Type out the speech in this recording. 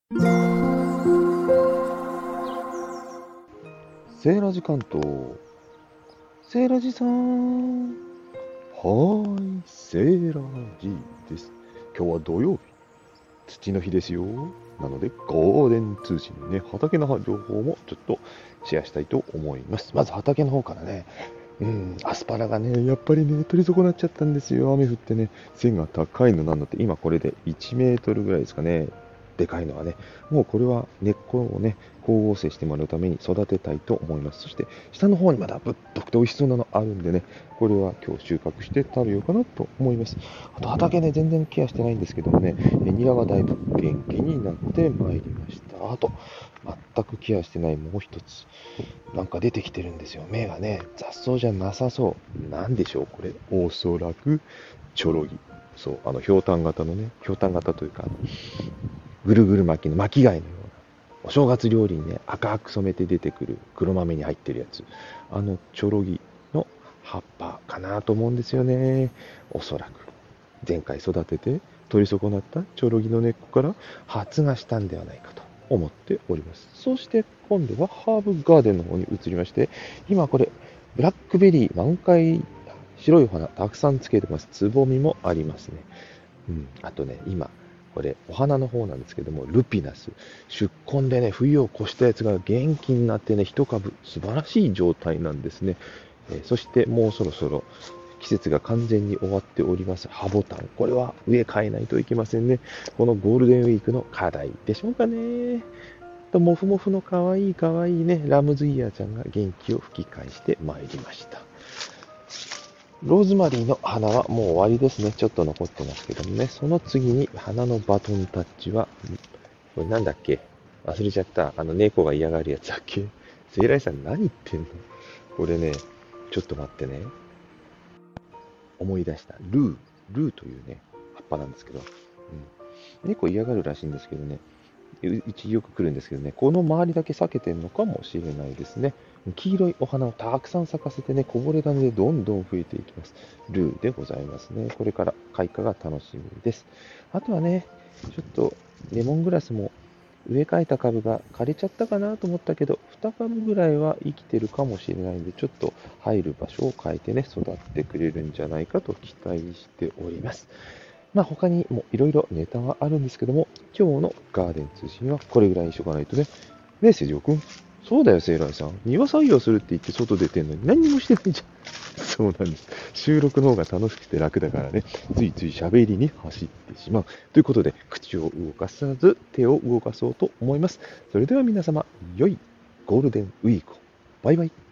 セーラジ関東。セーラジさん。はーい、セーラジです。今日は土曜日、土の日ですよ。なので、ゴールデン通信ね、畑の情報もちょっとシェアしたいと思います。まず畑の方からね、アスパラがね、やっぱりね、取り損なっちゃったんですよ。雨降ってね、背が高いのなので、今これで1メートルぐらいですかね。でかいのはね、もうこれは根っこをね、光合成してもらうために育てたいと思います。そして、下の方にまだぶっとくて美味しそうなのあるんでね、これは今日収穫して食べようかなと思います。あと畑ね、全然ケアしてないんですけどもね、ニラがだいぶ元気になってまいりました。あと、全くケアしてないもう一つ。なんか出てきてるんですよ。芽がね、雑草じゃなさそう。なんでしょう、これ。おそらく、チョロギ。そう、ひょうたん型のね、ひょうたん型というか、ぐるぐる巻きの巻き貝のような、お正月料理にね、赤く染めて出てくる黒豆に入ってるやつ。チョロギの葉っぱかなと思うんですよね。おそらく。前回育てて取り損なったチョロギの根っこから発芽したんではないかと思っております。そして今度はハーブガーデンの方に移りまして、今これ、ブラックベリー満開、白いお花たくさんつけてます。つぼみもありますね。あとね、今、これ、お花の方なんですけども、ルピナス。出根でね、冬を越したやつが元気になってね、一株、素晴らしい状態なんですね。そしてもうそろそろ季節が完全に終わっておりますハボタン。これは植え替えないといけませんね。このゴールデンウィークの課題でしょうかね。と、もふもふのかわいいかわいいね、ラムズイヤーちゃんが元気を吹き返してまいりました。ローズマリーの花はもう終わりですね。ちょっと残ってますけどもね。その次に花のバトンタッチは、これなんだっけ、忘れちゃった。猫が嫌がるやつだっけ。セイライさん何言ってんの。これね、ちょっと待ってね。思い出した。ルーというね、葉っぱなんですけど、猫嫌がるらしいんですけどね、うちよく来るんですけどね、この周りだけ避けてるのかもしれないですね。黄色いお花をたくさん咲かせてね、こぼれ種でどんどん増えていきます。ルーでございますね。これから開花が楽しみです。あとはね、ちょっとレモングラスも植え替えた株が枯れちゃったかなと思ったけど、2株ぐらいは生きてるかもしれないんで、ちょっと入る場所を変えてね、育ってくれるんじゃないかと期待しております。他にもいろいろネタはあるんですけども、今日のガーデン通信はこれぐらいにしとかないとね。ねえ、セジオ君。そうだよ、セイライさん。庭作業するって言って外出てんのに何にもしてないじゃん。そうなんです。収録の方が楽しくて楽だからね、ついつい喋りに走ってしまう。ということで、口を動かさず手を動かそうと思います。それでは皆様、良いゴールデンウィークを。バイバイ。